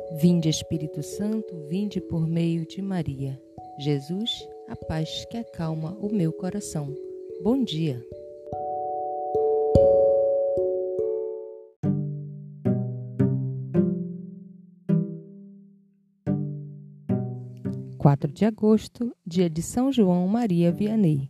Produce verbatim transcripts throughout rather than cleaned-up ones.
Vinde, Espírito Santo, vinde por meio de Maria. Jesus, a paz que acalma o meu coração. Bom dia. quatro de agosto, dia de São João Maria Vianney.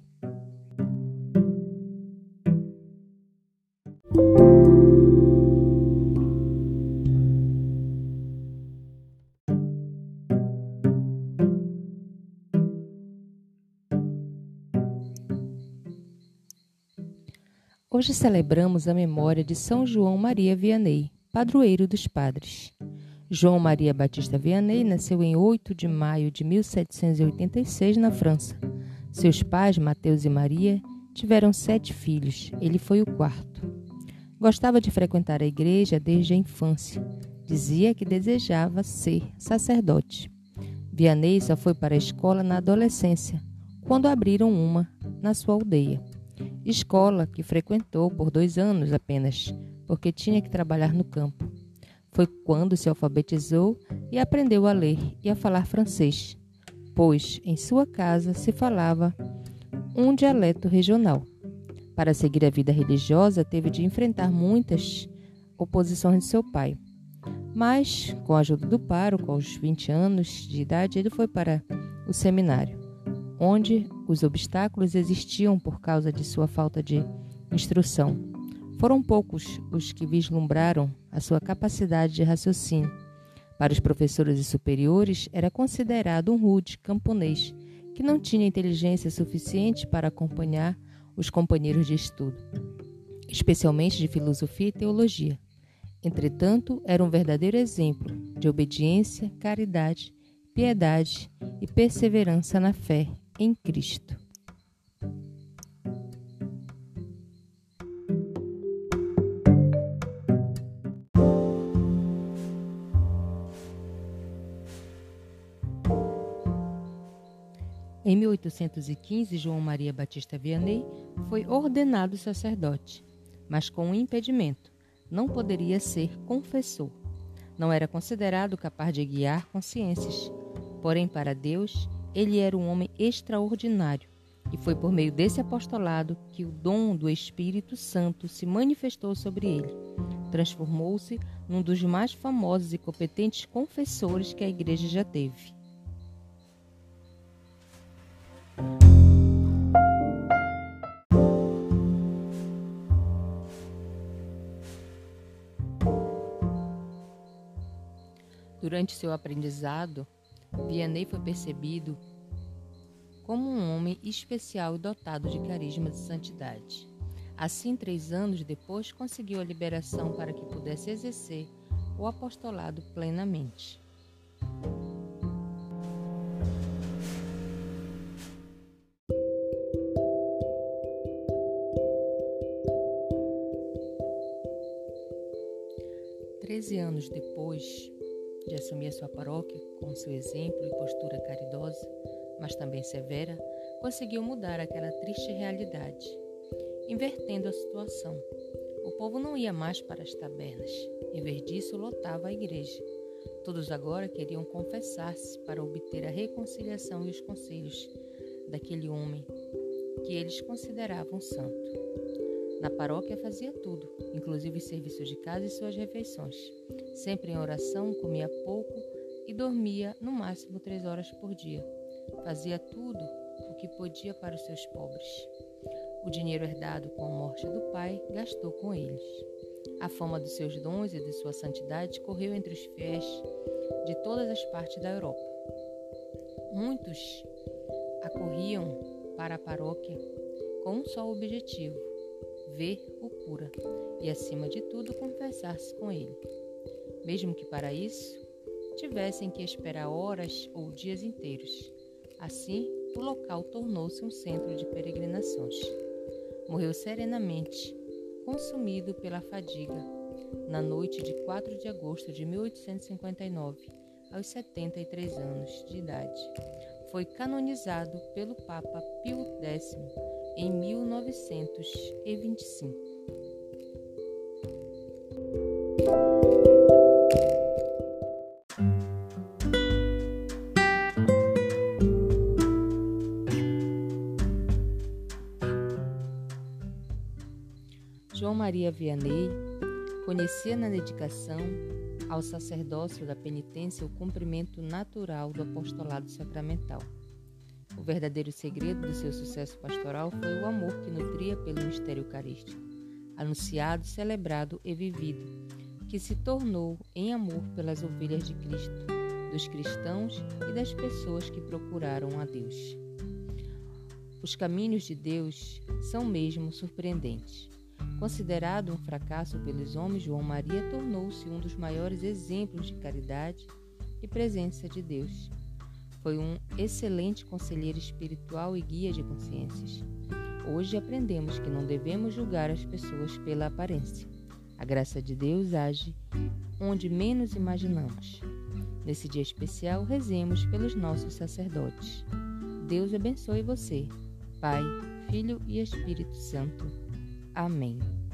Hoje celebramos a memória de São João Maria Vianney, padroeiro dos padres. João Maria Batista Vianney nasceu em oito de maio de mil setecentos e oitenta e seis na França. Seus pais, Mateus e Maria, tiveram sete filhos. Ele foi o quarto. Gostava de frequentar a igreja desde a infância. Dizia que desejava ser sacerdote. Vianney só foi para a escola na adolescência, quando abriram uma na sua aldeia. Escola que frequentou por dois anos apenas, porque tinha que trabalhar no campo. Foi quando se alfabetizou e aprendeu a ler e a falar francês, pois em sua casa se falava um dialeto regional. Para seguir a vida religiosa, teve de enfrentar muitas oposições de seu pai. Mas, com a ajuda do pároco, aos vinte anos de idade, ele foi para o seminário, onde os obstáculos existiam por causa de sua falta de instrução. Foram poucos os que vislumbraram a sua capacidade de raciocínio. Para os professores e superiores, era considerado um rude camponês, que não tinha inteligência suficiente para acompanhar os companheiros de estudo, especialmente de filosofia e teologia. Entretanto, era um verdadeiro exemplo de obediência, caridade, piedade e perseverança na fé em Cristo. Em mil oitocentos e quinze, João Maria Batista Vianney foi ordenado sacerdote, mas com um impedimento: não poderia ser confessor. Não era considerado capaz de guiar consciências. Porém, para Deus, ele era um homem extraordinário, e foi por meio desse apostolado que o dom do Espírito Santo se manifestou sobre ele. Transformou-se num dos mais famosos e competentes confessores que a Igreja já teve. Durante seu aprendizado, Vianney foi percebido como um homem especial e dotado de carisma de santidade. Assim, três anos depois, conseguiu a liberação para que pudesse exercer o apostolado plenamente. Treze anos depois de assumir a sua paróquia, com seu exemplo e postura caridosa, mas também severa, conseguiu mudar aquela triste realidade, invertendo a situação. O povo não ia mais para as tabernas, em vez disso lotava a igreja. Todos agora queriam confessar-se para obter a reconciliação e os conselhos daquele homem que eles consideravam santo. Na paróquia fazia tudo, inclusive os serviços de casa e suas refeições. Sempre em oração, comia pouco e dormia no máximo três horas por dia. Fazia tudo o que podia para os seus pobres. O dinheiro herdado com a morte do pai gastou com eles. A fama dos seus dons e de sua santidade correu entre os fiéis de todas as partes da Europa. Muitos acorriam para a paróquia com um só objetivo: ver o cura e, acima de tudo, confessar-se com ele, mesmo que para isso tivessem que esperar horas ou dias inteiros. Assim, o local tornou-se um centro de peregrinações. Morreu serenamente, consumido pela fadiga, na noite de quatro de agosto de mil oitocentos e cinquenta e nove, aos setenta e três anos de idade. Foi canonizado pelo Papa Pio décimo em mil novecentos e vinte e cinco. Maria Vianney conhecia na dedicação ao sacerdócio da penitência o cumprimento natural do apostolado sacramental. O verdadeiro segredo do seu sucesso pastoral foi o amor que nutria pelo mistério eucarístico, anunciado, celebrado e vivido, que se tornou em amor pelas ovelhas de Cristo, dos cristãos e das pessoas que procuraram a Deus. Os caminhos de Deus são mesmo surpreendentes. Considerado um fracasso pelos homens, João Maria tornou-se um dos maiores exemplos de caridade e presença de Deus. Foi um excelente conselheiro espiritual e guia de consciências. Hoje aprendemos que não devemos julgar as pessoas pela aparência. A graça de Deus age onde menos imaginamos. Nesse dia especial, rezemos pelos nossos sacerdotes. Deus abençoe você, Pai, Filho e Espírito Santo. Amém.